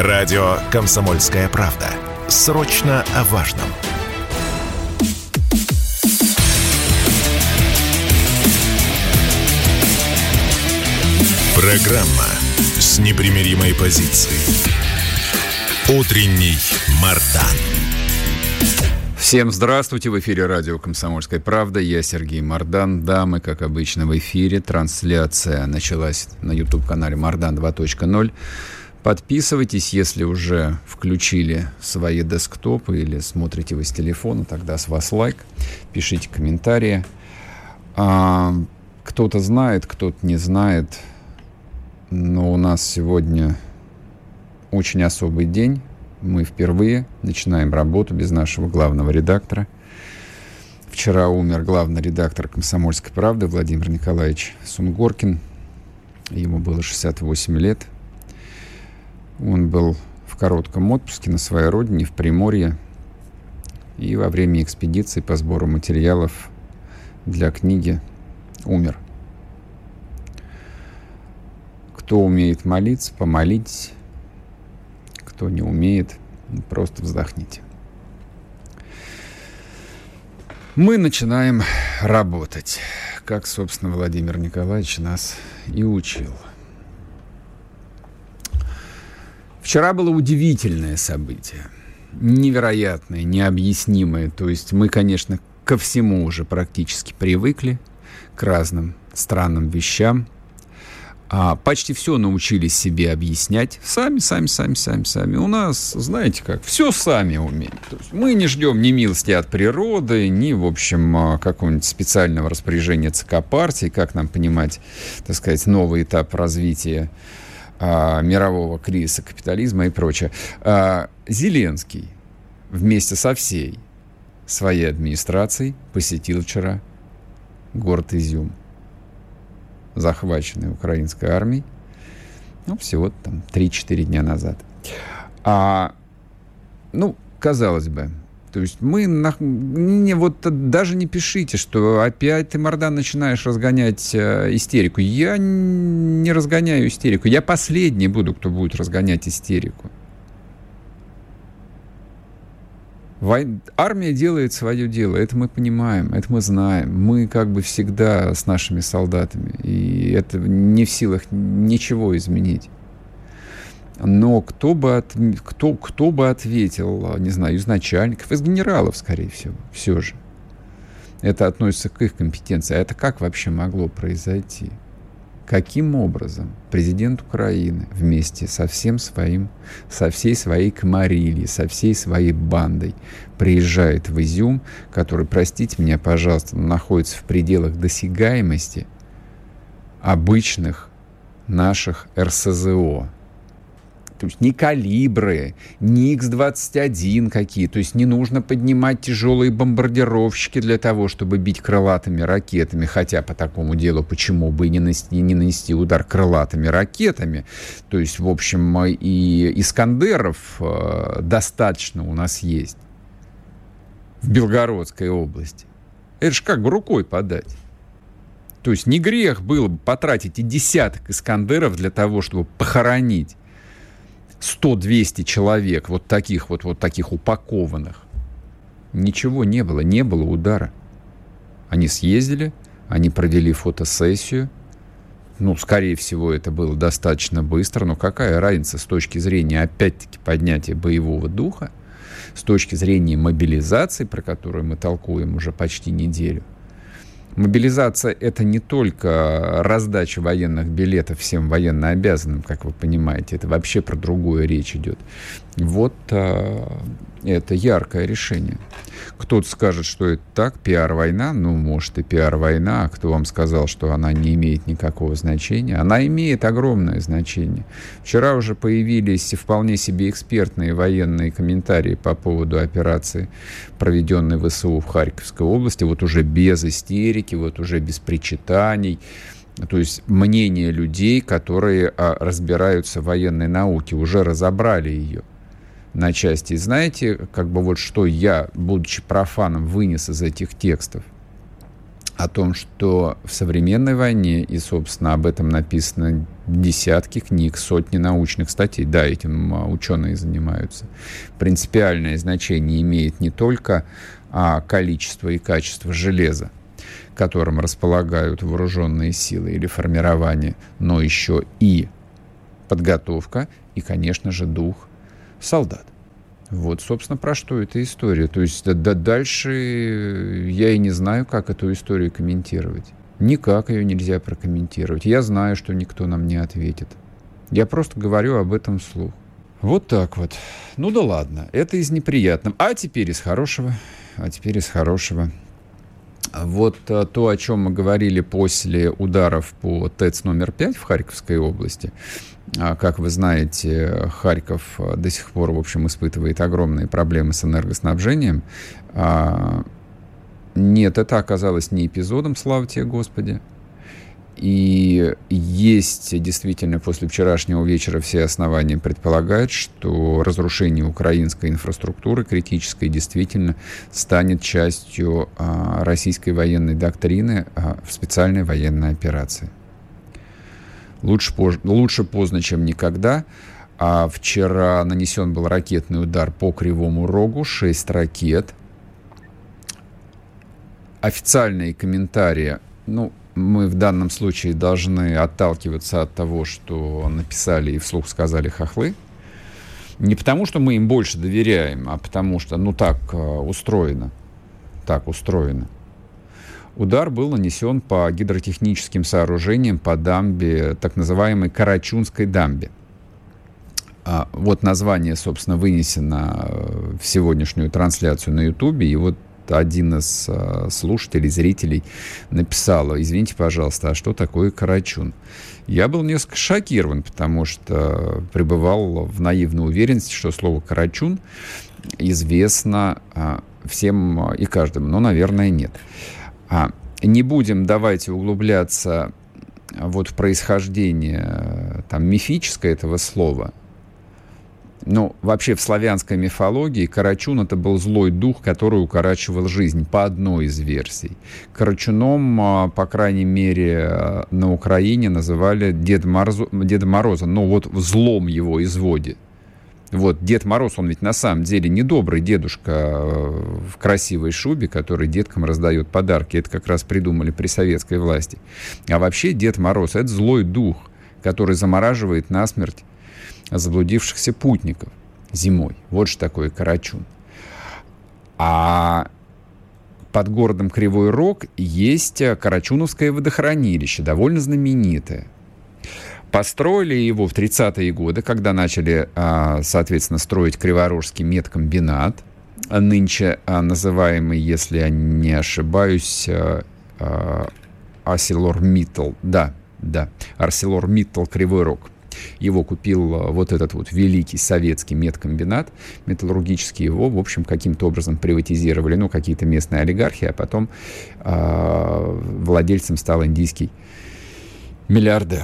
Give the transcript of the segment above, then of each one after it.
Радио «Комсомольская правда». Срочно о важном. Программа с непримиримой позицией. Утренний Мардан. Всем здравствуйте. В эфире радио «Комсомольская правда». Я Сергей Мардан. Да, мы, как обычно, в эфире. Трансляция началась на YouTube-канале «Мардан 2.0». Подписывайтесь, если уже включили свои десктопы или смотрите вы с телефона, тогда с вас лайк. Пишите комментарии. Кто-то знает, кто-то не знает. Но у нас сегодня очень особый день. Мы впервые начинаем работу без нашего главного редактора. Вчера умер главный редактор «Комсомольской правды» Владимир Николаевич Сунгоркин. Ему было 68 лет. Он был в коротком отпуске на своей родине, в Приморье. И во время экспедиции по сбору материалов для книги умер. Кто умеет молиться, помолитесь. Кто не умеет, просто вздохните. Мы начинаем работать, как, собственно, Владимир Николаевич нас и учил. Вчера было удивительное событие, невероятное, необъяснимое. То есть мы, конечно, ко всему уже практически привыкли, к разным странным вещам. Почти все научились себе объяснять. Сами. У нас, знаете как, все сами умеем. То есть мы не ждем ни милости от природы, ни, в общем, какого-нибудь специального распоряжения ЦК партии, как нам понимать, так сказать, новый этап развития мирового кризиса капитализма и прочее. Зеленский вместе со всей своей администрацией посетил вчера город Изюм, захваченный украинской армией, всего там 3-4 дня назад. Казалось бы, то есть даже не пишите, что опять ты, Мардан, начинаешь разгонять истерику. Я не разгоняю истерику. Я последний буду, кто будет разгонять истерику. Армия делает свое дело, это мы понимаем, это мы знаем. Мы как бы всегда с нашими солдатами, и это не в силах ничего изменить. Но кто бы ответил, не знаю, из начальников, из генералов, скорее всего, все же. Это относится к их компетенции. А это как вообще могло произойти? Каким образом президент Украины вместе со всей своей камарильей, со всей своей бандой приезжает в Изюм, который, простите меня, пожалуйста, находится в пределах досягаемости обычных наших РСЗО. То есть ни калибры, ни Х-21 какие. То есть не нужно поднимать тяжелые бомбардировщики для того, чтобы бить крылатыми ракетами. Хотя по такому делу почему бы и не нанести удар крылатыми ракетами. То есть, в общем, и Искандеров достаточно у нас есть в Белгородской области. Это ж как бы рукой подать. То есть не грех было бы потратить и десяток Искандеров для того, чтобы похоронить 100-200 человек, вот таких упакованных. Ничего не было удара. Они съездили, они провели фотосессию. Скорее всего, это было достаточно быстро, но какая разница с точки зрения, опять-таки, поднятия боевого духа, с точки зрения мобилизации, про которую мы толкуем уже почти неделю. Мобилизация — это не только раздача военных билетов всем военнообязанным, как вы понимаете, это вообще про другое речь идет. Это яркое решение. Кто-то скажет, что это так, пиар-война. Может и пиар-война, а кто вам сказал, что она не имеет никакого значения? Она имеет огромное значение. Вчера уже появились вполне себе экспертные военные комментарии по поводу операции, проведенной ВСУ в Харьковской области, уже без истерики, уже без причитаний. То есть мнение людей, которые разбираются в военной науке, уже разобрали ее на части. И знаете, что я, будучи профаном, вынес из этих текстов? о том, что в современной войне, и, собственно, об этом написано десятки книг, сотни научных статей, да, этим ученые занимаются, принципиальное значение имеет не только количество и качество железа, которым располагают вооруженные силы или формирование, но еще и подготовка и, конечно же, дух солдат. Вот, собственно, про что эта история. То есть дальше я и не знаю, как эту историю комментировать. Никак ее нельзя прокомментировать. Я знаю, что никто нам не ответит. Я просто говорю об этом вслух. Вот так вот. Ну да ладно, это из неприятного. А теперь из хорошего. Вот то, о чем мы говорили после ударов по ТЭЦ номер 5 в Харьковской области. Как вы знаете, Харьков до сих пор, в общем, испытывает огромные проблемы с энергоснабжением. Нет, это оказалось не эпизодом, слава тебе, Господи. И есть действительно после вчерашнего вечера все основания предполагать, что разрушение украинской инфраструктуры критической действительно станет частью российской военной доктрины в специальной военной операции. Лучше поздно, чем никогда. Вчера нанесен был ракетный удар по Кривому Рогу, 6 ракет. Официальные комментарии, мы в данном случае должны отталкиваться от того, что написали и вслух сказали хохлы. Не потому, что мы им больше доверяем, а потому что, так устроено. Удар был нанесен по гидротехническим сооружениям по дамбе, так называемой Карачунской дамбе. Вот название, собственно, вынесено в сегодняшнюю трансляцию на Ютубе, и вот один из слушателей, зрителей написал: извините, пожалуйста, а что такое Карачун? Я был несколько шокирован, потому что пребывал в наивной уверенности, что слово Карачун известно всем и каждому, но, наверное, нет. Не будем, давайте углубляться вот в происхождение мифическое этого слова. Вообще в славянской мифологии Карачун — это был злой дух, который укорачивал жизнь, по одной из версий. Карачуном, по крайней мере, на Украине называли Деда Мороза, злом его изводе. Вот Дед Мороз, он ведь на самом деле не добрый дедушка в красивой шубе, который деткам раздает подарки. Это как раз придумали при советской власти. А вообще Дед Мороз — это злой дух, который замораживает насмерть заблудившихся путников зимой. Вот что такое Карачун. А под городом Кривой Рог есть Карачуновское водохранилище, довольно знаменитое. Построили его в 30-е годы, когда начали, соответственно, строить Криворожский медкомбинат, нынче называемый, если я не ошибаюсь, ArcelorMittal. Да, ArcelorMittal Кривой Рог. Его купил вот этот вот великий советский медкомбинат металлургический. Его, в общем, каким-то образом приватизировали, какие-то местные олигархи, а потом владельцем стал индийский миллиардер.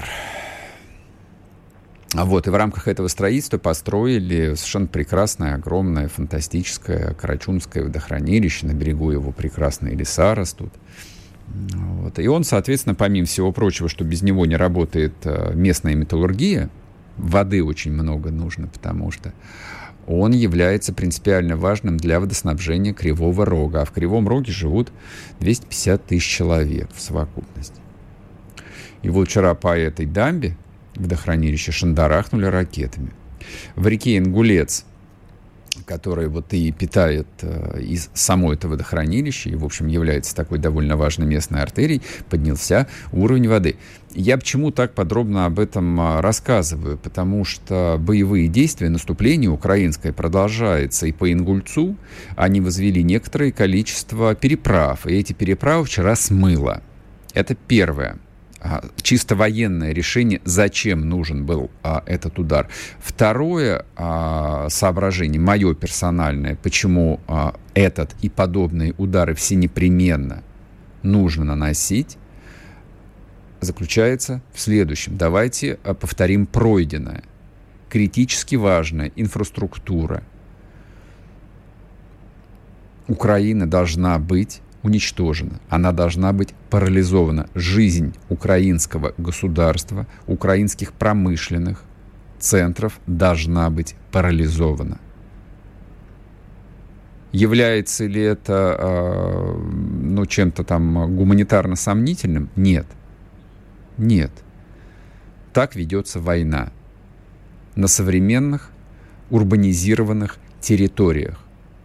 Вот, и в рамках этого строительства построили совершенно прекрасное, огромное, фантастическое Карачунское водохранилище. На берегу его прекрасные леса растут. Вот. И он, соответственно, помимо всего прочего, что без него не работает местная металлургия, воды очень много нужно, потому что он является принципиально важным для водоснабжения Кривого Рога. А в Кривом Роге живут 250 тысяч человек в совокупности. И вот вчера по этой дамбе водохранилище шандарахнули ракетами. В реке Ингулец, которая вот и питает из само это водохранилище, и, в общем, является такой довольно важной местной артерией, поднялся уровень воды. Я почему так подробно об этом рассказываю? Потому что боевые действия, наступление украинское продолжается, и по Ингульцу они возвели некоторое количество переправ, и эти переправы вчера смыло. Это первое. Чисто военное решение, зачем нужен был этот удар. Второе соображение, мое персональное, почему этот и подобные удары всенепременно нужно наносить, заключается в следующем. Давайте повторим пройденное. Критически важная инфраструктура Украины должна быть уничтожена, она должна быть парализована. Жизнь украинского государства, украинских промышленных центров должна быть парализована. Является ли это чем-то там гуманитарно сомнительным? Нет. Нет. Так ведется война на современных урбанизированных территориях.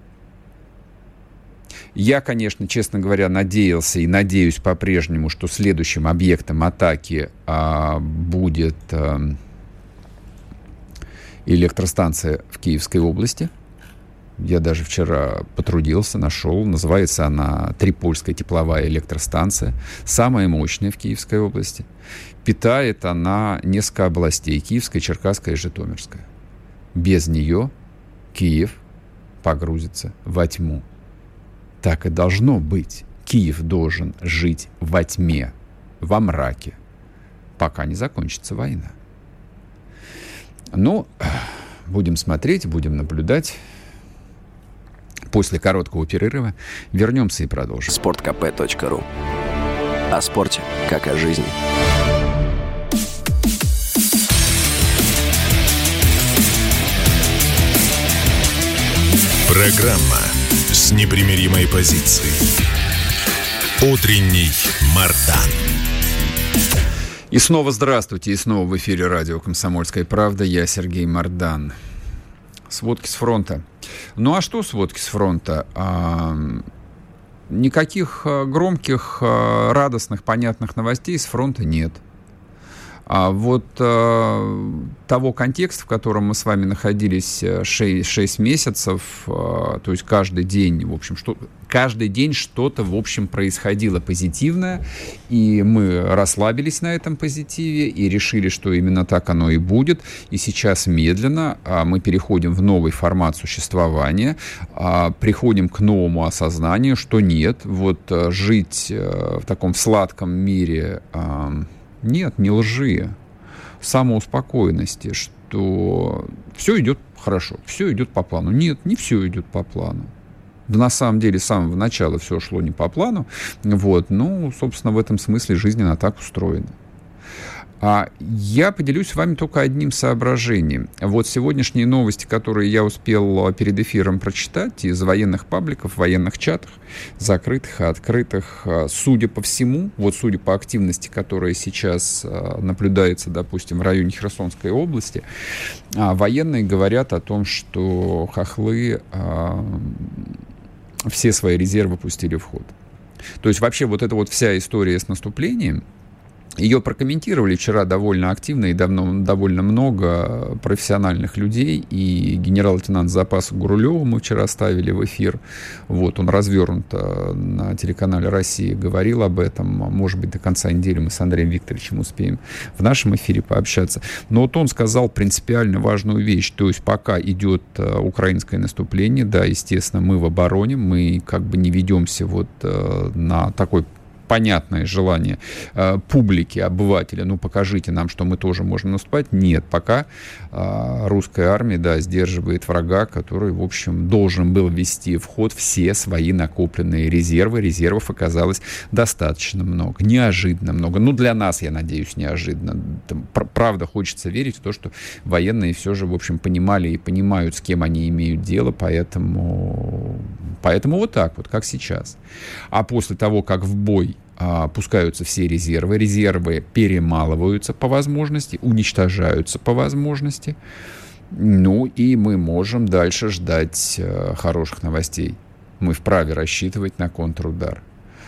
Я, конечно, честно говоря, надеялся и надеюсь по-прежнему, что следующим объектом атаки будет электростанция в Киевской области. Я даже вчера потрудился, нашел. Называется она Трипольская тепловая электростанция. Самая мощная в Киевской области. Питает она несколько областей. Киевская, Черкасская и Житомирская. Без нее Киев погрузится во тьму. Так и должно быть. Киев должен жить во тьме, во мраке, пока не закончится война. Ну, будем смотреть, будем наблюдать. После короткого перерыва вернемся и продолжим. sportkp.ru. О спорте, как о жизни. Программа с непримиримой позицией. Утренний Мардан. И снова здравствуйте, и снова в эфире радио «Комсомольская правда». Я Сергей Мардан. Сводки с фронта. Ну а что сводки с фронта? Никаких громких, радостных, понятных новостей с фронта нет. А вот того контекста, в котором мы с вами находились 6 месяцев, то есть каждый день, в общем, каждый день что-то, в общем, происходило позитивное, и мы расслабились на этом позитиве и решили, что именно так оно и будет. И сейчас медленно мы переходим в новый формат существования, приходим к новому осознанию, что нет, вот жить в таком сладком мире... Нет, не лжи, самоуспокоенности, что все идет хорошо, все идет по плану. Нет, не все идет по плану. Да на самом деле с самого начала все шло не по плану. Вот, ну, собственно, в этом смысле жизнь она так устроена. Я поделюсь с вами только одним соображением. Вот сегодняшние новости, которые я успел перед эфиром прочитать из военных пабликов, военных чатах, закрытых и открытых, судя по всему, вот судя по активности, которая сейчас наблюдается, допустим, в районе Херсонской области, военные говорят о том, что хохлы все свои резервы пустили в ход. То есть вообще вот эта вот вся история с наступлением, ее прокомментировали вчера довольно активно и довольно много профессиональных людей. И генерал-лейтенант запаса Гурулева мы вчера ставили в эфир. Вот, он развернуто на телеканале «Россия» говорил об этом. Может быть, до конца недели мы с Андреем Викторовичем успеем в нашем эфире пообщаться. Но вот он сказал принципиально важную вещь. То есть пока идет украинское наступление, да, естественно, мы в обороне, мы как бы не ведемся вот на такой понятное желание публики, обывателя, ну, покажите нам, что мы тоже можем наступать. Нет, пока русская армия, да, сдерживает врага, который, в общем, должен был ввести в ход все свои накопленные резервы. Резервов оказалось достаточно много, неожиданно много. Ну, для нас, я надеюсь, неожиданно. Правда, хочется верить в то, что военные все же, в общем, понимали и понимают, с кем они имеют дело, поэтому вот так вот, как сейчас. А после того, как в бой пускаются все резервы, резервы перемалываются по возможности, уничтожаются по возможности, ну и мы можем дальше ждать хороших новостей. Мы вправе рассчитывать на контрудар.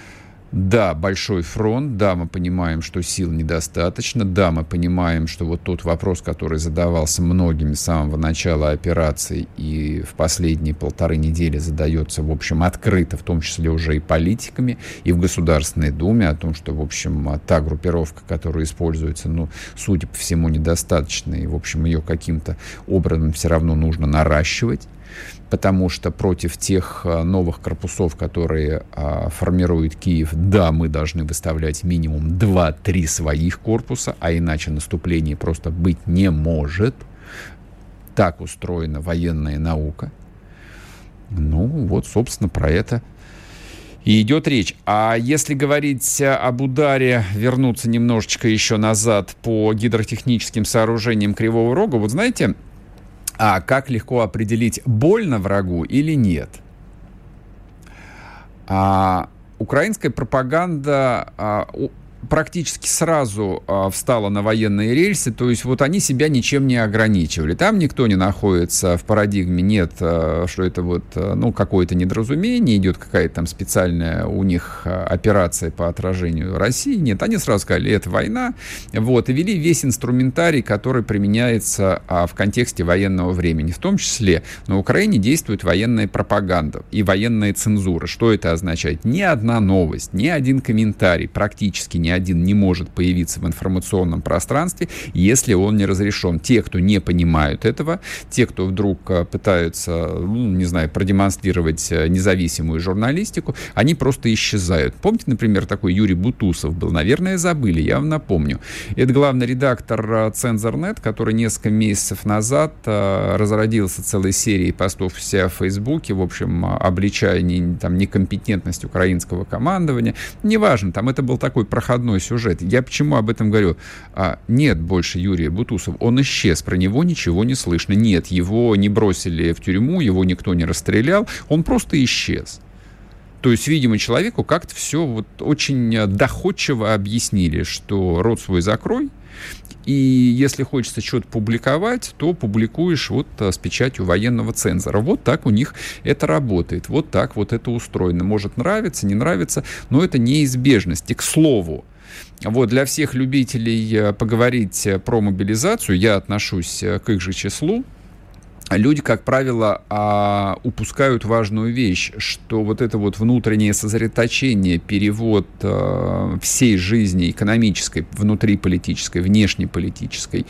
Да, большой фронт, да, мы понимаем, что сил недостаточно, да, мы понимаем, что вот тот вопрос, который задавался многими с самого начала операции и в последние 1,5 недели задается, в общем, открыто, в том числе уже и политиками, и в Государственной Думе, о том, что, в общем, та группировка, которая используется, ну, судя по всему, недостаточно, и, в общем, ее каким-то образом все равно нужно наращивать. Потому что против тех новых корпусов, которые формирует Киев, да, мы должны выставлять минимум 2-3 своих корпуса, а иначе наступление просто быть не может. Так устроена военная наука. Ну, вот, собственно, про это И идет речь. А если говорить об ударе, вернуться немножечко еще назад по гидротехническим сооружениям Кривого Рога, вот знаете, как легко определить, больно врагу или нет? Украинская пропаганда практически сразу встала на военные рельсы, то есть вот они себя ничем не ограничивали. Там никто не находится в парадигме, нет, что это вот, какое-то недоразумение, идет какая-то там специальная у них операция по отражению России. Нет, они сразу сказали, это война, вот, и вели весь инструментарий, который применяется в контексте военного времени. В том числе на Украине действует военная пропаганда и военная цензура. Что это означает? Ни одна новость, ни один комментарий, практически ни один не может появиться в информационном пространстве, если он не разрешен. Те, кто не понимают этого, те, кто вдруг пытаются, продемонстрировать независимую журналистику, они просто исчезают. Помните, например, такой Юрий Бутусов был? Наверное, забыли, я вам напомню. Это главный редактор Цензорнет, который несколько месяцев назад разродился целой серией постов у себя в Фейсбуке, в общем, обличая некомпетентность украинского командования. Неважно, там это был такой проходной сюжет. Я почему об этом говорю? Нет больше Юрия Бутусова. Он исчез, про него ничего не слышно. Нет, его не бросили в тюрьму, его никто не расстрелял, он просто исчез. То есть, видимо, человеку как-то все вот очень доходчиво объяснили, что рот свой закрой, и если хочется что-то публиковать, то публикуешь вот с печатью военного цензора. Вот так у них это работает, вот так вот это устроено. Может нравиться, не нравится, но это неизбежность. И, к слову, вот для всех любителей поговорить про мобилизацию, я отношусь к их же числу. Люди, как правило, упускают важную вещь, что вот это вот внутреннее сосредоточение, перевод всей жизни экономической, внутриполитической, внешнеполитической,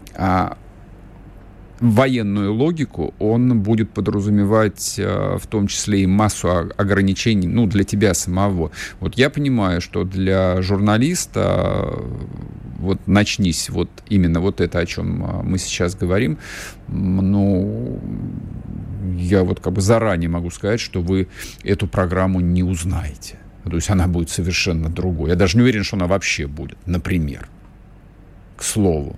военную логику, он будет подразумевать в том числе и массу ограничений, для тебя самого. Вот я понимаю, что для журналиста, вот начнись вот именно вот это, о чем мы сейчас говорим, я вот как бы заранее могу сказать, что вы эту программу не узнаете. То есть она будет совершенно другой. Я даже не уверен, что она вообще будет, например. К слову.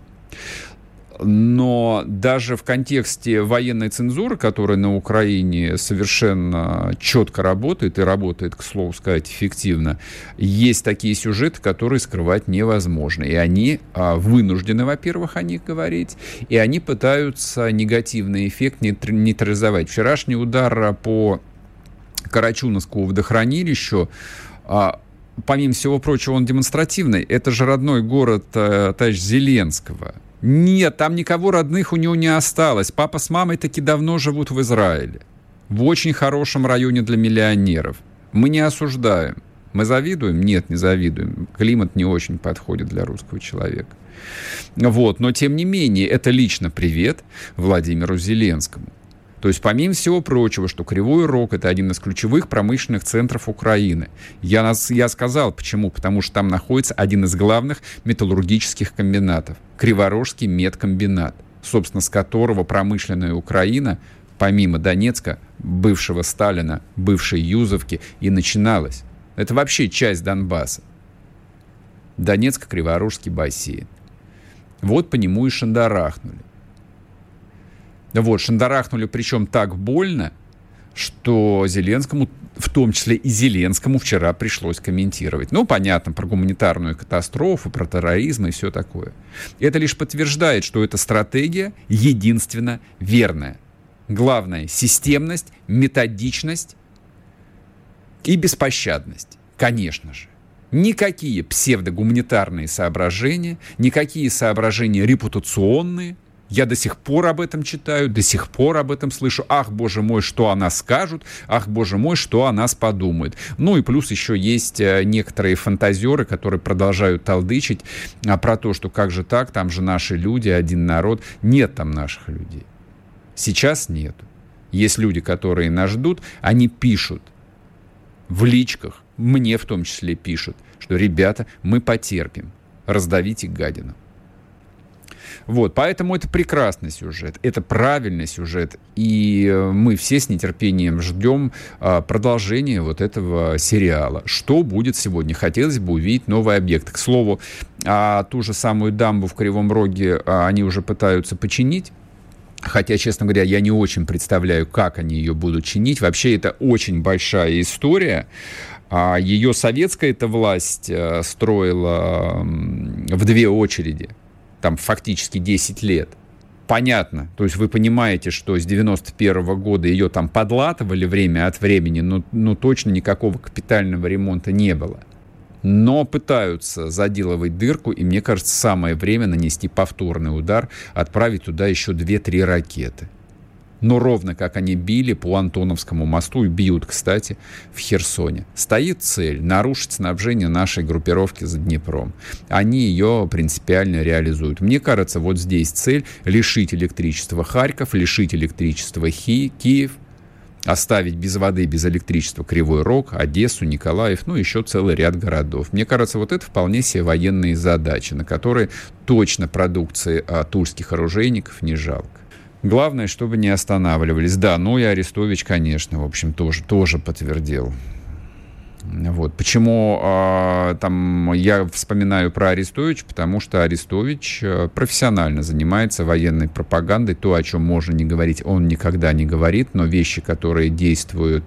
Но даже в контексте военной цензуры, которая на Украине совершенно четко работает, и работает, к слову сказать, эффективно, есть такие сюжеты, которые скрывать невозможно. И они вынуждены, во-первых, о них говорить, и они пытаются негативный эффект нейтрализовать. Вчерашний удар по Карачуновскому водохранилищу, помимо всего прочего, он демонстративный. Это же родной город товарища Зеленского. Нет, там никого родных у него не осталось. Папа с мамой таки давно живут в Израиле. В очень хорошем районе для миллионеров. Мы не осуждаем. Мы завидуем? Нет, не завидуем. Климат не очень подходит для русского человека. Вот. Но, тем не менее, это лично привет Владимиру Зеленскому. То есть, помимо всего прочего, что Кривой Рог — это один из ключевых промышленных центров Украины. Я сказал, почему. Потому что там находится один из главных металлургических комбинатов. Криворожский медкомбинат, собственно, с которого промышленная Украина, помимо Донецка, бывшего Сталина, бывшей Юзовки, и начиналась. Это вообще часть Донбасса. Донецко-Криворожский бассейн. Вот по нему и шандарахнули. Вот, шандарахнули, причем так больно, что Зеленскому, в том числе и Зеленскому, вчера пришлось комментировать. Понятно, про гуманитарную катастрофу, про терроризм и все такое. Это лишь подтверждает, что эта стратегия единственно верная. Главное — системность, методичность и беспощадность. Конечно же. Никакие псевдогуманитарные соображения, никакие соображения репутационные. Я до сих пор об этом читаю, до сих пор об этом слышу. Ах, боже мой, что о нас скажут, ах, боже мой, что о нас подумают. И плюс еще есть некоторые фантазеры, которые продолжают толдычить про то, что как же так, там же наши люди, один народ. Нет там наших людей. Сейчас нету. Есть люди, которые нас ждут, они пишут в личках, мне в том числе пишут, что, ребята, мы потерпим, раздавите гадину. Вот, поэтому это прекрасный сюжет, это правильный сюжет, и мы все с нетерпением ждем продолжения вот этого сериала. Что будет сегодня? Хотелось бы увидеть новый объект. К слову, ту же самую дамбу в Кривом Роге они уже пытаются починить. Хотя, честно говоря, я не очень представляю, как они ее будут чинить. Вообще, это очень большая история. Ее советская эта власть строила в две очереди. Там фактически 10 лет. Понятно. То есть вы понимаете, что с 91 года ее там подлатывали время от времени, но точно никакого капитального ремонта не было. Но пытаются заделывать дырку, и мне кажется, самое время нанести повторный удар, отправить туда еще 2-3 ракеты. Но ровно как они били по Антоновскому мосту, и бьют, кстати, в Херсоне. Стоит цель нарушить снабжение нашей группировки за Днепром. Они ее принципиально реализуют. Мне кажется, вот здесь цель лишить электричества Харьков, лишить электричества Киев, оставить без воды, без электричества Кривой Рог, Одессу, Николаев, еще целый ряд городов. Мне кажется, вот это вполне себе военные задачи, на которые точно продукции тульских оружейников не жалко. Главное, чтобы не останавливались. Да, и Арестович, конечно, в общем, тоже подтвердил. Вот. Почему там я вспоминаю про Арестовича? Потому что Арестович профессионально занимается военной пропагандой. То, о чем можно не говорить, он никогда не говорит, но вещи, которые действуют...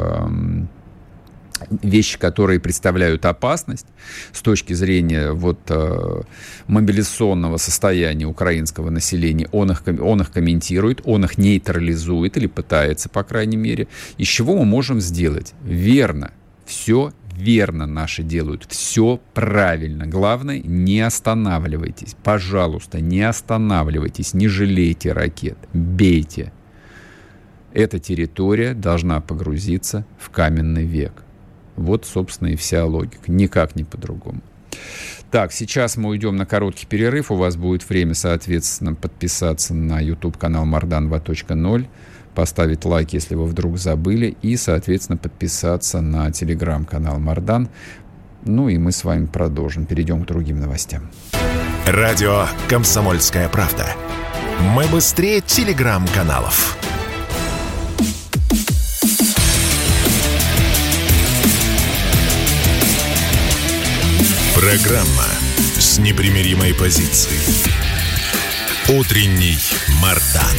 Вещи, которые представляют опасность с точки зрения мобилизационного состояния украинского населения, он их комментирует, он их нейтрализует или пытается, по крайней мере. Из чего мы можем сделать? Верно. Все верно наши делают. Все правильно. Главное, не останавливайтесь. Пожалуйста, не останавливайтесь. Не жалейте ракет. Бейте. Эта территория должна погрузиться в каменный век. Вот, собственно, и вся логика. Никак не по-другому. Так, сейчас мы уйдем на короткий перерыв. У вас будет время, соответственно, подписаться на YouTube-канал Мардан 2.0, поставить лайк, если вы вдруг забыли, и, соответственно, подписаться на телеграм-канал Мардан. И мы с вами продолжим. Перейдем к другим новостям. Радио «Комсомольская правда». Мы быстрее телеграм-каналов. Программа с непримиримой позицией. Утренний Мардан.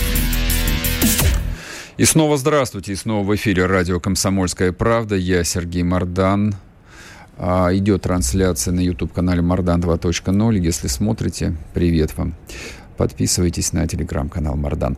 И снова здравствуйте. И снова в эфире радио «Комсомольская правда». Я Сергей Мардан. Идет трансляция на YouTube-канале Мардан 2.0. Если смотрите, привет вам. Подписывайтесь на телеграм-канал Мардан.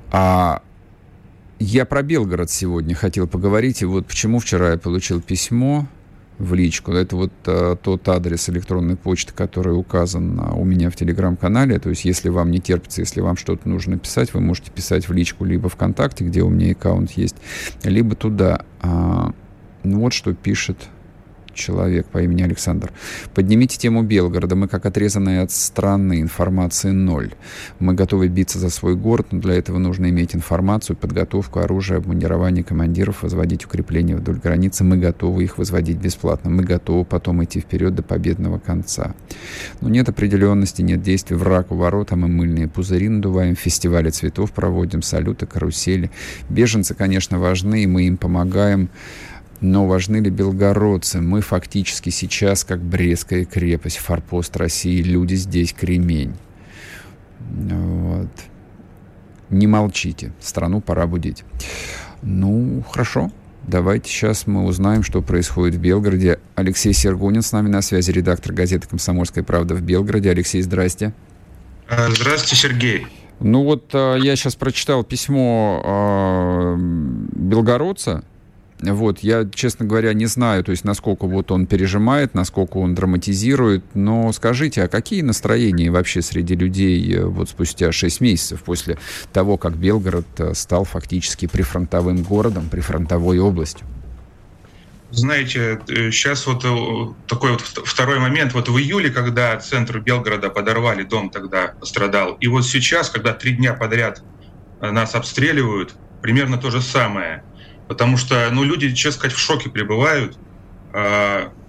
Я про Белгород сегодня хотел поговорить. И вот почему вчера я получил письмо в личку. Это тот адрес электронной почты, который указан у меня в телеграм-канале. То есть, если вам не терпится, если вам что-то нужно написать, вы можете писать в личку либо ВКонтакте, где у меня аккаунт есть, либо туда. Вот что пишет человек по имени Александр. Поднимите тему Белгорода. Мы как отрезанные от страны. Информации ноль. Мы готовы биться за свой город, но для этого нужно иметь информацию, подготовку, оружие, обмундирование командиров, возводить укрепления вдоль границы. Мы готовы их возводить бесплатно. Мы готовы потом идти вперед до победного конца. Но нет определенности, нет действий. Враг у ворот, а мы мыльные пузыри надуваем, фестивали цветов проводим, салюты, карусели. Беженцы, конечно, важны, и мы им помогаем. Но важны ли белгородцы? Мы фактически сейчас, как Брестская крепость, форпост России, люди здесь кремень. Вот. Не молчите, страну пора будить. Хорошо. Давайте сейчас мы узнаем, что происходит в Белгороде. Алексей Сергунин с нами на связи, редактор газеты «Комсомольская правда» в Белгороде. Алексей, здрасте. Здравствуйте, Сергей. Я сейчас прочитал письмо белгородца. Я, честно говоря, не знаю, то есть, насколько он пережимает, насколько он драматизирует, но скажите, а какие настроения вообще среди людей спустя 6 месяцев после того, как Белгород стал фактически прифронтовым городом, прифронтовой областью? Знаете, сейчас такой второй момент. В июле, когда центр Белгорода подорвали, дом тогда пострадал, и сейчас, когда 3 дня подряд нас обстреливают, примерно то же самое. Потому что, люди, честно сказать, в шоке пребывают.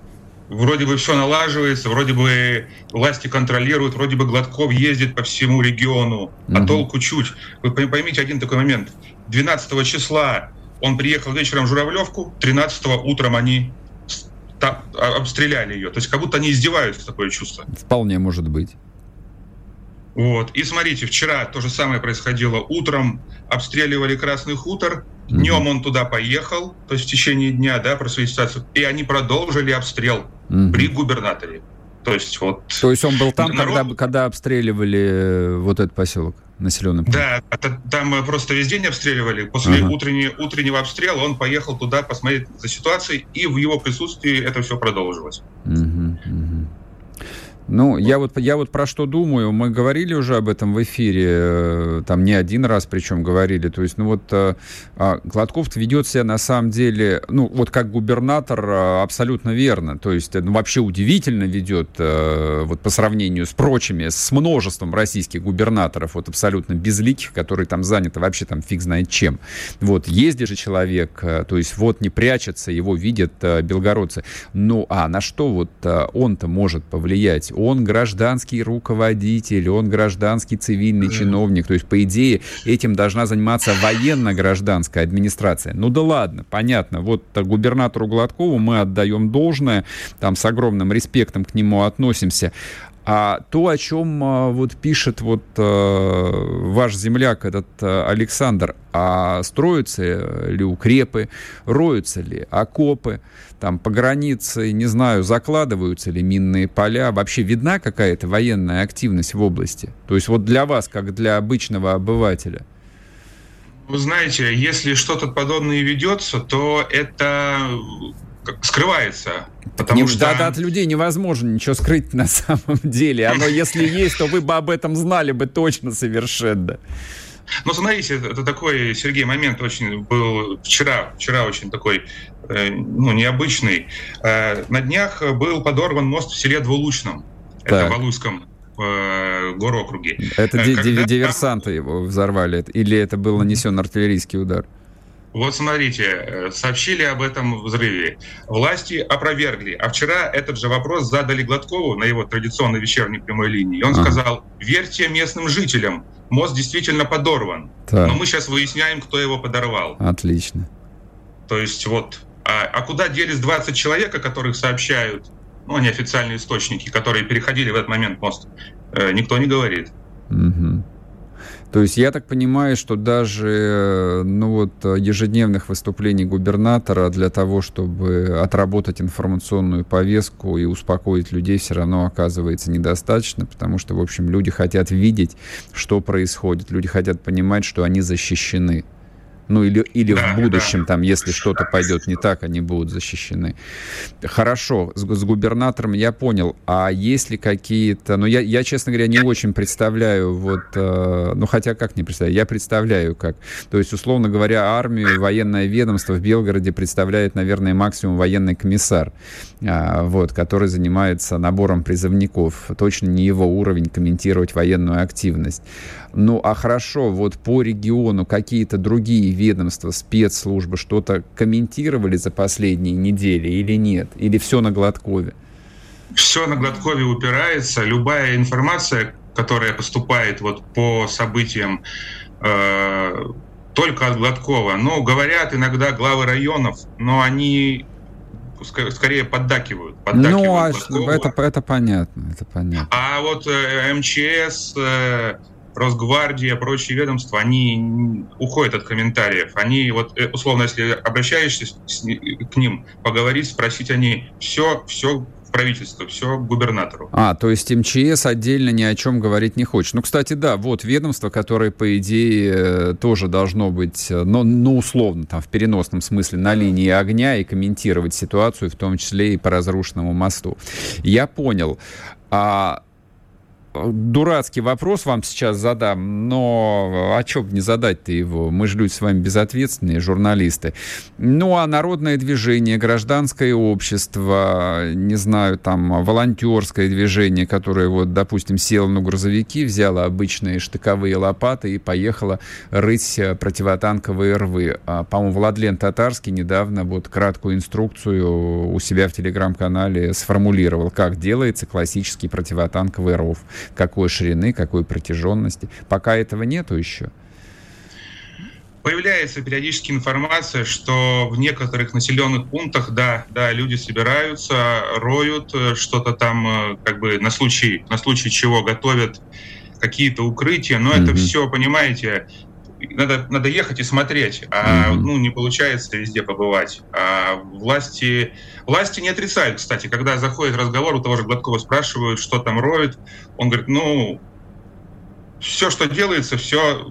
вроде бы все налаживается, вроде бы власти контролируют, вроде бы Гладков ездит по всему региону, а толку чуть. Вы поймите один такой момент. 12 числа он приехал вечером в Журавлевку, 13-го утром они обстреляли ее. То есть как будто они издеваются, такое чувство. Вполне может быть. Вот. И смотрите, вчера то же самое происходило. Утром обстреливали Красный хутор, днем он туда поехал, то есть в течение дня, да, про свою ситуацию, и они продолжили обстрел при губернаторе. То есть вот... То есть он был там, когда обстреливали вот этот поселок, населенный пункт? Да, там просто весь день обстреливали. После утреннего обстрела он поехал туда посмотреть за ситуацией, и в его присутствии это все продолжилось. Ну, я вот про что думаю. Мы говорили уже об этом в эфире, там не один раз причем говорили. То есть, ну вот Гладков ведет себя на самом деле, ну вот как губернатор абсолютно верно. То есть, ну, вообще удивительно ведет вот по сравнению с прочими, с множеством российских губернаторов, вот абсолютно безликих, которые там заняты вообще там фиг знает чем. Вот ездит же человек, то есть вот не прячется, его видят белгородцы. Ну, а на что вот он-то может повлиять? Он гражданский руководитель, он гражданский цивильный чиновник. То есть, по идее, этим должна заниматься военно-гражданская администрация. Ну да ладно, понятно. Вот губернатору Гладкову мы отдаем должное, там с огромным респектом к нему относимся. А то, о чем вот пишет вот ваш земляк, этот Александр, а строятся ли укрепы, роются ли окопы, там по границе, не знаю, закладываются ли минные поля, вообще видна какая-то военная активность в области? То есть вот для вас, как для обычного обывателя? Вы знаете, если что-то подобное ведется, то это скрывается. Потому что... Да, от людей невозможно ничего скрыть на самом деле. Оно, если есть, то вы бы об этом знали бы точно совершенно. Ну, смотрите, это такой, Сергей, момент очень был вчера очень такой, ну, необычный. На днях был подорван мост в селе Двулучном. Это в Валуйском горокруге. Это диверсанты его взорвали? Или это был нанесен артиллерийский удар? Вот смотрите, сообщили об этом взрыве. Власти опровергли. А вчера этот же вопрос задали Гладкову на его традиционной вечерней прямой линии. И он сказал: верьте местным жителям, мост действительно подорван. Но мы сейчас выясняем, кто его подорвал. Отлично. То есть вот. А куда делись 20 человек, о которых сообщают, ну, неофициальные источники, которые переходили в этот момент мост, никто не говорит. Угу. То есть я так понимаю, что даже ежедневных выступлений губернатора для того, чтобы отработать информационную повестку и успокоить людей, все равно оказывается недостаточно, потому что, в общем, люди хотят видеть, что происходит, люди хотят понимать, что они защищены. Ну, или в будущем, там, если что-то пойдет не так, они будут защищены. Хорошо, с губернатором я понял. А есть ли какие-то... я, честно говоря, не очень представляю, хотя как не представляю? Я представляю, как. То есть, условно говоря, армию и военное ведомство в Белгороде представляет, наверное, максимум военный комиссар, который занимается набором призывников. Точно не его уровень комментировать военную активность. Ну, а хорошо, вот по региону какие-то другие ведомства, спецслужбы что-то комментировали за последние недели или нет? Или все на Гладкове? Все на Гладкове упирается. Любая информация, которая поступает вот по событиям только от Гладкова. Ну, говорят иногда главы районов, но они скорее поддакивают. Это понятно. А вот МЧС... Росгвардия, прочие ведомства, они уходят от комментариев. Они вот, условно, если обращаешься к ним, поговорить, спросить, они все в правительство, все к губернатору. То есть МЧС отдельно ни о чем говорить не хочет. Ну, кстати, да, вот ведомство, которое, по идее, тоже должно быть, условно, там, в переносном смысле, на линии огня и комментировать ситуацию, в том числе и по разрушенному мосту. Я понял. дурацкий вопрос вам сейчас задам, но а что бы не задать-то его? Мы же люди с вами безответственные журналисты. Ну, а народное движение, гражданское общество, не знаю, там, волонтерское движение, которое, вот, допустим, село на грузовики, взяло обычные штыковые лопаты и поехало рыть противотанковые рвы. По-моему, Владлен Татарский недавно вот краткую инструкцию у себя в телеграм-канале сформулировал, как делается классический противотанковый ров. Какой ширины, какой протяженности. Пока этого нету еще. Появляется периодически информация, что в некоторых населенных пунктах, да, люди собираются, роют, что-то там как бы на случай чего готовят какие-то укрытия, но это все, понимаете, надо ехать и смотреть, не получается везде побывать. Власти не отрицают, кстати, когда заходит разговор, у того же Гладкова спрашивают, что там роют, он говорит, все, что делается, все,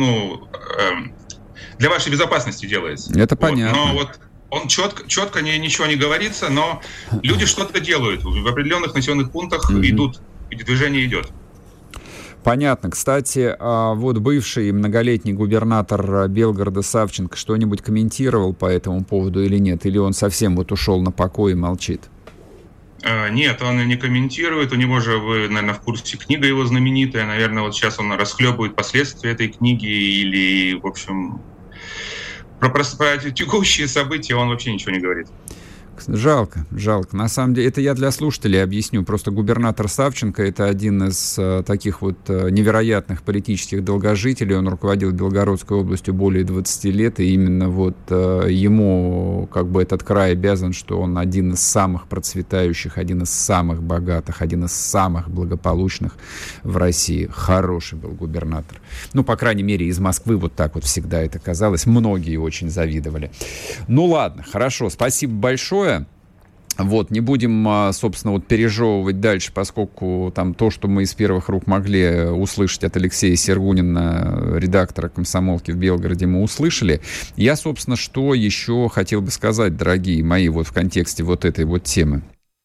для вашей безопасности делается. Это понятно. Но вот он четко ничего не говорится, но люди что-то делают. В определенных населенных пунктах идут, движение идет. Понятно. Кстати, вот бывший многолетний губернатор Белгорода Савченко что-нибудь комментировал по этому поводу или нет? Или он совсем вот ушел на покой и молчит? Нет, он не комментирует. У него же, вы, наверное, в курсе, книга его знаменитая. Наверное, вот сейчас он расхлебывает последствия этой книги или, в общем, про текущие события он вообще ничего не говорит. Жалко. На самом деле, это я для слушателей объясню. Просто губернатор Савченко — это один из таких вот невероятных политических долгожителей. Он руководил Белгородской областью более 20 лет, и именно вот ему как бы этот край обязан, что он один из самых процветающих, один из самых богатых, один из самых благополучных в России. Хороший был губернатор. Ну, по крайней мере, из Москвы вот так вот всегда это казалось. Многие очень завидовали. Ну, ладно, хорошо. Спасибо большое. Вот, не будем, собственно, вот пережевывать дальше, поскольку там то, что мы из первых рук могли услышать от Алексея Сергунина, редактора «Комсомолки» в Белгороде, мы услышали. Я, собственно, что еще хотел бы сказать, дорогие мои, вот в контексте вот этой вот темы.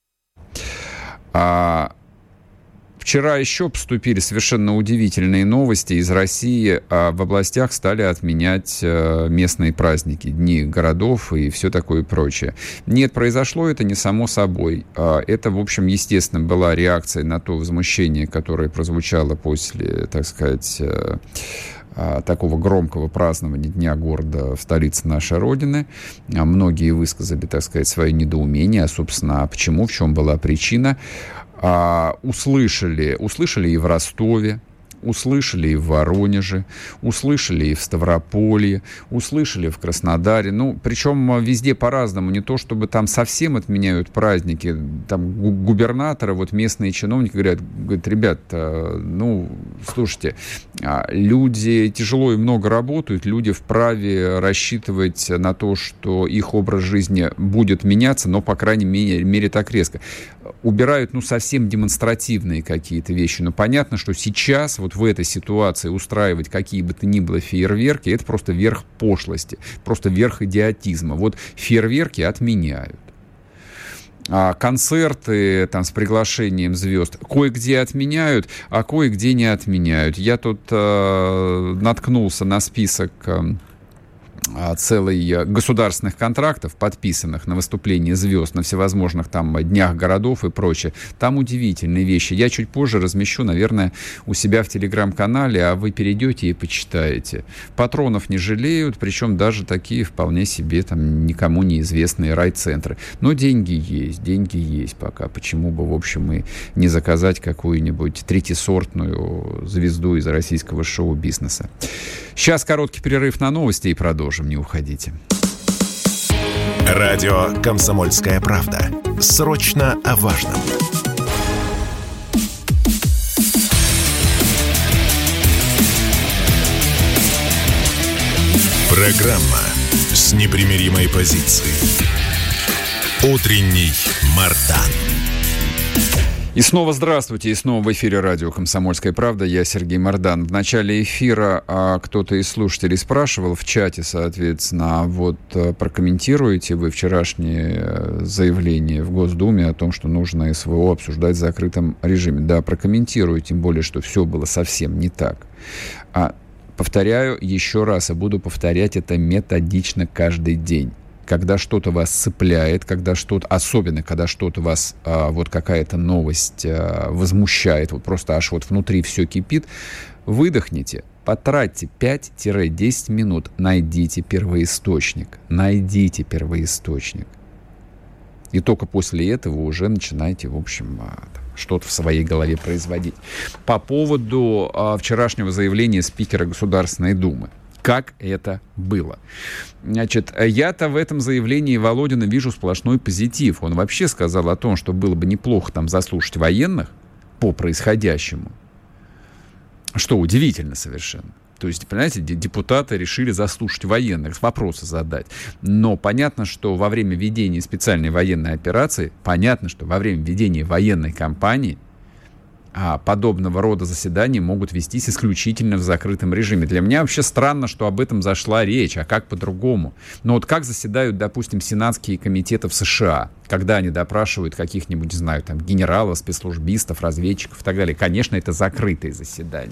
Вчера еще поступили совершенно удивительные новости из России. В областях стали отменять местные праздники, дни городов и все такое прочее. Нет, произошло это не само собой. Это, в общем, естественно, была реакция на то возмущение, которое прозвучало после, так сказать, такого громкого празднования Дня города в столице нашей Родины. Многие высказали, так сказать, свое недоумение, собственно, почему, в чем была причина. Услышали и в Ростове, услышали и в Воронеже, услышали и в Ставрополье, услышали в Краснодаре. Ну, причем везде по-разному. Не то, чтобы там совсем отменяют праздники. Там губернаторы, вот местные чиновники говорят, ребят, слушайте, люди тяжело и много работают, люди вправе рассчитывать на то, что их образ жизни будет меняться, но, по крайней мере, так резко. Убирают, совсем демонстративные какие-то вещи. Но понятно, что сейчас вот в этой ситуации устраивать какие бы то ни было фейерверки, это просто верх пошлости, просто верх идиотизма. Вот фейерверки отменяют. Концерты там с приглашением звезд кое-где отменяют, а кое-где не отменяют. Я тут наткнулся на список целый государственных контрактов, подписанных на выступление звезд на всевозможных там днях городов и прочее. Там удивительные вещи. Я чуть позже размещу, наверное, у себя в телеграм-канале, а вы перейдете и почитаете. Патронов не жалеют, причем даже такие вполне себе там никому неизвестные райцентры. Но деньги есть пока. Почему бы, в общем, и не заказать какую-нибудь третьесортную звезду из российского шоу-бизнеса. Сейчас короткий перерыв на новости и продолжим. Не уходите. Радио «Комсомольская правда». Срочно о важном. Программа с непримиримой позицией. Утренний Мардан. И снова здравствуйте, и снова в эфире радио «Комсомольская правда». Я Сергей Мордан. В начале эфира кто-то из слушателей спрашивал в чате, соответственно, вот прокомментируете вы вчерашнее заявление в Госдуме о том, что нужно СВО обсуждать в закрытом режиме. Да, прокомментирую, тем более, что все было совсем не так. Повторяю еще раз, и буду повторять это методично каждый день. Когда что-то вас цепляет, особенно когда что-то вас, вот какая-то новость возмущает, вот просто аж вот внутри все кипит, выдохните, потратьте 5-10 минут, найдите первоисточник. И только после этого уже начинайте, в общем, что-то в своей голове производить. По поводу вчерашнего заявления спикера Государственной Думы. Как это было? Значит, я-то в этом заявлении Володина вижу сплошной позитив. Он вообще сказал о том, что было бы неплохо там заслушать военных по происходящему. Что удивительно совершенно. То есть, понимаете, депутаты решили заслушать военных, вопросы задать. Но понятно, что во время ведения специальной военной операции, понятно, что во время ведения военной кампании подобного рода заседания могут вестись исключительно в закрытом режиме. Для меня вообще странно, что об этом зашла речь, а как по-другому? Но вот как заседают, допустим, сенатские комитеты в США, когда они допрашивают каких-нибудь, не знаю, там, генералов, спецслужбистов, разведчиков и так далее? Конечно, это закрытые заседания.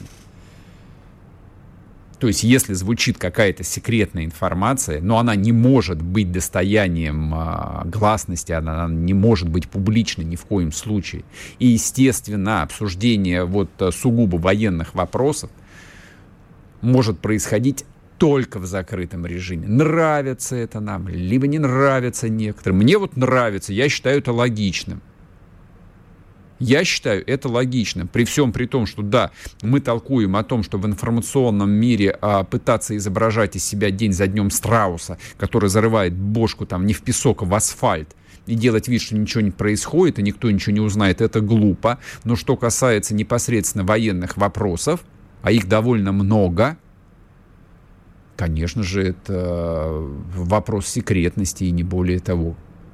То есть, если звучит какая-то секретная информация, но она не может быть достоянием гласности, она не может быть публичной ни в коем случае. И, естественно, обсуждение вот сугубо военных вопросов может происходить только в закрытом режиме. Нравится это нам, либо не нравится некоторым. Мне вот нравится, я считаю это логичным. Я считаю это логично, при всем при том, что да, мы толкуем о том, что в информационном мире пытаться изображать из себя день за днем страуса, который зарывает бошку там не в песок, а в асфальт, и делать вид, что ничего не происходит, и никто ничего не узнает, это глупо. Но что касается непосредственно военных вопросов, а их довольно много, конечно же, это вопрос секретности и не более того.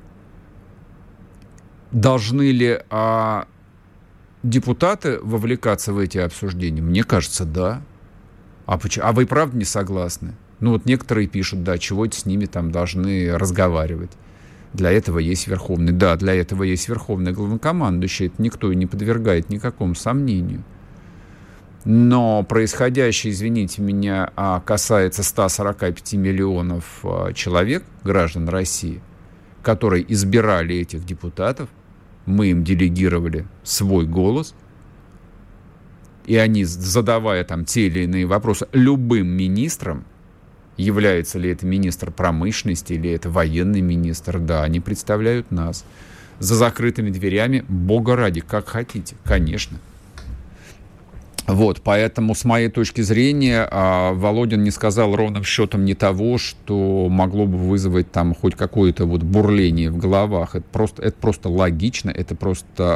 Должны ли депутаты вовлекаться в эти обсуждения? Мне кажется, да. А вы правда не согласны? Ну вот некоторые пишут, да, чего с ними там должны разговаривать. Для этого есть Верховный. Да, для этого есть Верховный главнокомандующий. Это никто не подвергает никакому сомнению. Но происходящее, извините меня, касается 145 миллионов человек, граждан России, которые избирали этих депутатов. Мы им делегировали свой голос, и они, задавая там те или иные вопросы любым министрам, является ли это министр промышленности или это военный министр, да, они представляют нас. За закрытыми дверями, бога ради, как хотите, конечно. Вот, поэтому, с моей точки зрения, Володин не сказал ровным счетом не того, что могло бы вызвать там хоть какое-то вот бурление в головах. Это просто логично, это просто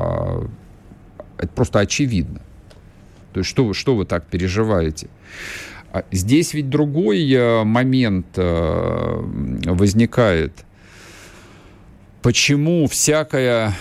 очевидно. То есть, что вы так переживаете? Здесь ведь другой момент возникает. Почему всякая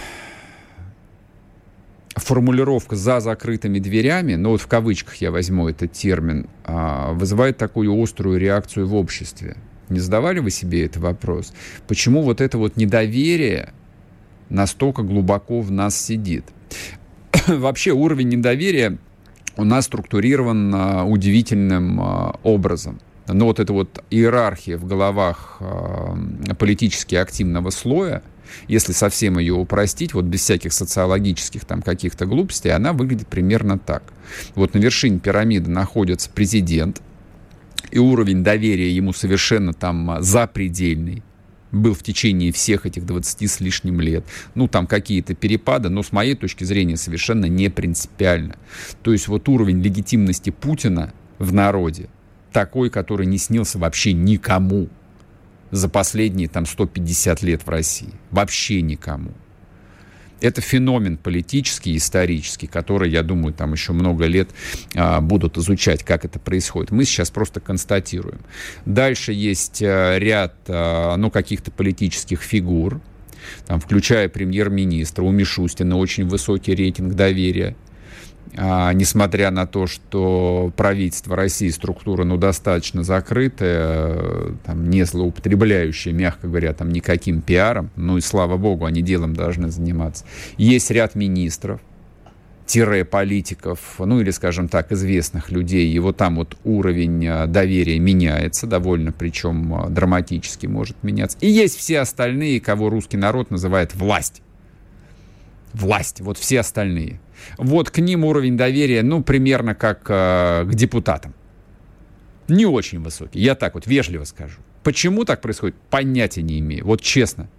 формулировка «за закрытыми дверями», ну вот в кавычках я возьму этот термин, вызывает такую острую реакцию в обществе? Не задавали вы себе этот вопрос? Почему вот это вот недоверие настолько глубоко в нас сидит? Вообще уровень недоверия у нас структурирован удивительным образом. Но вот эта вот иерархия в головах политически активного слоя, если совсем ее упростить, вот без всяких социологических там каких-то глупостей, она выглядит примерно так. Вот на вершине пирамиды находится президент, и уровень доверия ему совершенно там запредельный. Был в течение всех этих 20 с лишним лет. Ну, там какие-то перепады, но с моей точки зрения совершенно не принципиально. То есть вот уровень легитимности Путина в народе такой, который не снился вообще никому за последние там 150 лет в России. Вообще никому. Это феномен политический, исторический, который, я думаю, там еще много лет будут изучать, как это происходит. Мы сейчас просто констатируем. Дальше есть ряд, каких-то политических фигур, там, включая премьер-министра, у Мишустина очень высокий рейтинг доверия. Несмотря на то, что правительство России структура, достаточно закрытая, там, не злоупотребляющая, мягко говоря, там, никаким пиаром, и слава богу, они делом должны заниматься. Есть ряд министров, политиков, или, скажем так, известных людей, и вот там вот уровень доверия меняется, довольно, причем драматически может меняться. И есть все остальные, кого русский народ называет власть. Власть, вот все остальные. Вот к ним уровень доверия, примерно как к депутатам. Не очень высокий, я так вот вежливо скажу. Почему так происходит, понятия не имею, вот честно.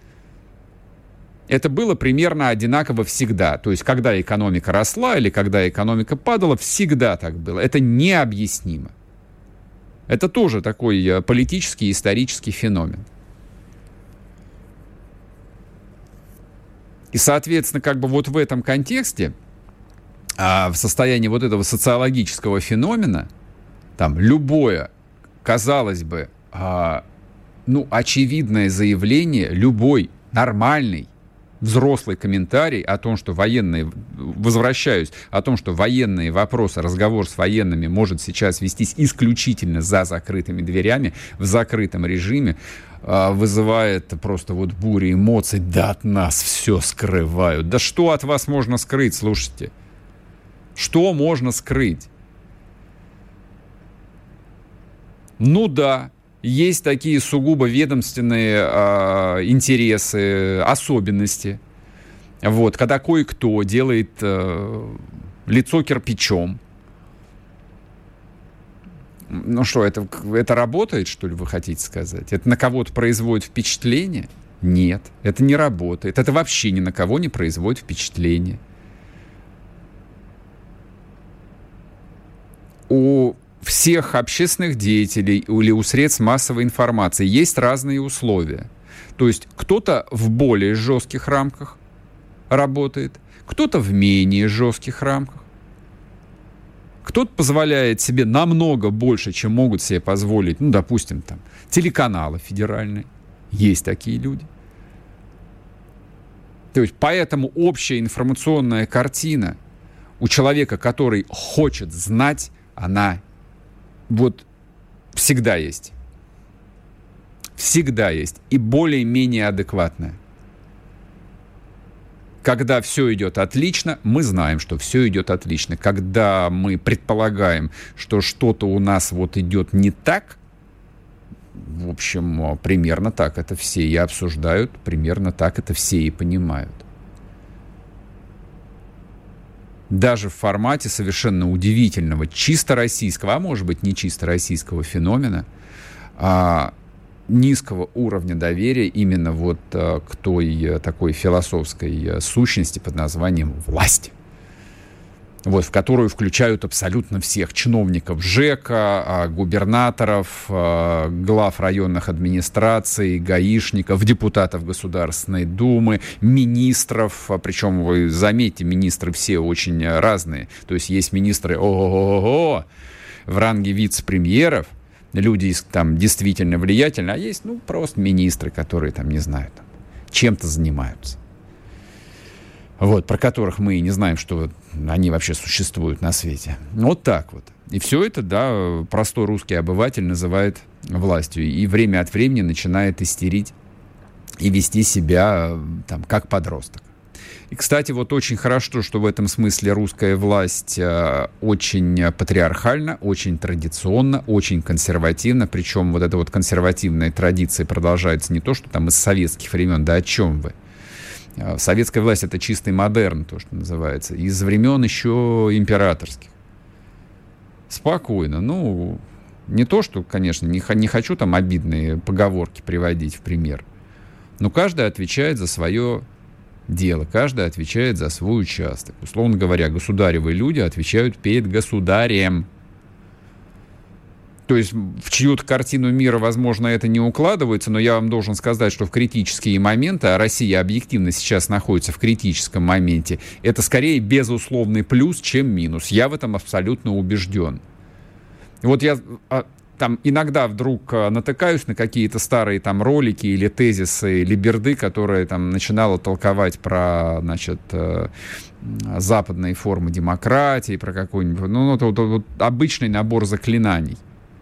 Это было примерно одинаково всегда. То есть, когда экономика росла или когда экономика падала, всегда так было. Это необъяснимо. Это тоже такой политический, исторический феномен. И, соответственно, вот в этом контексте, в состоянии вот этого социологического феномена, там любое, казалось бы, очевидное заявление, любой нормальный взрослый комментарий о том, что военные, возвращаюсь, о том, что военные вопросы, разговор с военными может сейчас вестись исключительно за закрытыми дверями, в закрытом режиме, вызывает просто бурю эмоций. Да от нас все скрывают. Да что от вас можно скрыть, слушайте? Что можно скрыть? Да, есть такие сугубо ведомственные интересы, особенности. Вот, когда кое-кто делает лицо кирпичом. Что, это работает, что ли, вы хотите сказать? Это на кого-то производит впечатление? Нет, это не работает. Это вообще ни на кого не производит впечатление. У всех общественных деятелей или у средств массовой информации есть разные условия. То есть кто-то в более жестких рамках работает, кто-то в менее жестких рамках. Кто-то позволяет себе намного больше, чем могут себе позволить, допустим, там, телеканалы федеральные. Есть такие люди. То есть поэтому общая информационная картина у человека, который хочет знать, она всегда есть. Всегда есть. И более-менее адекватная. Когда все идет отлично, мы знаем, что все идет отлично. Когда мы предполагаем, что что-то у нас идет не так, в общем, примерно так это все и обсуждают, примерно так это все и понимают. Даже в формате совершенно удивительного, чисто российского, а может быть не чисто российского феномена, низкого уровня доверия именно к той такой философской сущности под названием власть. В которую включают абсолютно всех чиновников ЖЭКа, губернаторов, глав районных администраций, гаишников, депутатов Государственной Думы, министров. Причем, вы заметьте, министры все очень разные. То есть есть министры в ранге вице-премьеров, люди там действительно влиятельные, а есть просто министры, которые чем-то занимаются. Про которых мы и не знаем, что они вообще существуют на свете. Вот так вот. И все это, простой русский обыватель называет властью. И время от времени начинает истерить и вести себя как подросток. И, кстати, очень хорошо, что в этом смысле русская власть очень патриархальна, очень традиционна, очень консервативна. Причем эта консервативная традиция продолжается не то, что из советских времен, да о чем вы. Советская власть — это чистый модерн, то, что называется, из времен еще императорских. Спокойно. Не то, что, конечно, не хочу обидные поговорки приводить в пример, но каждый отвечает за свое дело, каждый отвечает за свой участок. Условно говоря, государевые люди отвечают перед государем. То есть в чью-то картину мира, возможно, это не укладывается, но я вам должен сказать, что в критические моменты, а Россия объективно сейчас находится в критическом моменте, это скорее безусловный плюс, чем минус. Я в этом абсолютно убежден. Я там иногда вдруг натыкаюсь на какие-то старые там ролики или тезисы Либерды, которая там начинала толковать про, значит, западные формы демократии, про какой-нибудь, вот обычный набор заклинаний.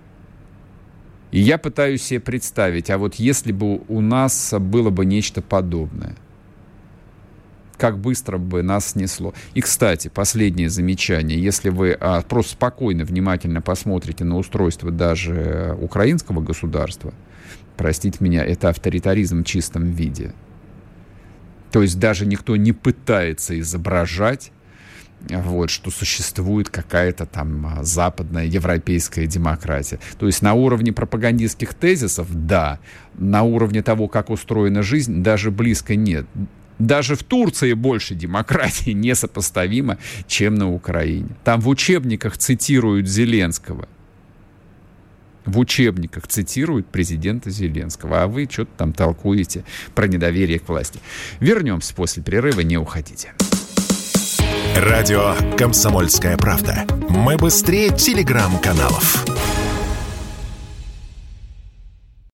И я пытаюсь себе представить, а вот если бы у нас было бы нечто подобное, как быстро бы нас снесло. И, кстати, последнее замечание. Если вы просто спокойно, внимательно посмотрите на устройство даже украинского государства, простите меня, это авторитаризм в чистом виде. То есть даже никто не пытается изображать, вот, что существует какая-то там западная европейская демократия. То есть на уровне пропагандистских тезисов, да, на уровне того, как устроена жизнь, даже близко нет. Даже в Турции больше демократии несопоставимо, чем на Украине. Там в учебниках цитируют Зеленского. В учебниках цитируют президента Зеленского. А вы что-то там толкуете про недоверие к власти. Вернемся после перерыва, не уходите. Радио «Комсомольская правда». Мы быстрее телеграм-каналов.